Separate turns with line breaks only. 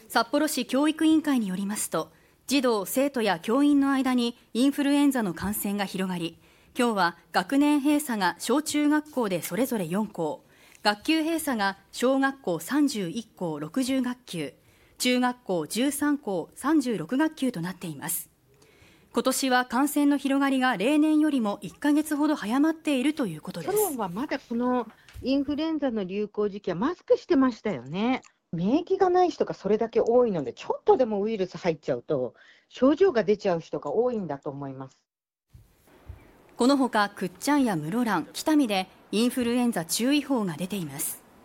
札幌市教育委員会によりますと、児童・生徒や教員の間にインフルエンザの感染が広がり、今日は学年閉鎖が小中学校でそれぞれ4校、学級閉鎖が小学校31校60学級、中学校13校36学級となっています。今年は感染の広がりが例年よりも1ヶ月ほど早まっているということです。
去年はまだこのインフルエンザの流行時期はマスクしてましたよね。免疫がない人がそれだけ多いので、ちょっとでもウイルス入っちゃうと症状が出ちゃう人が多いんだと思います。
このほか倶知安や室蘭、北見でインフルエンザ注意報が出ています。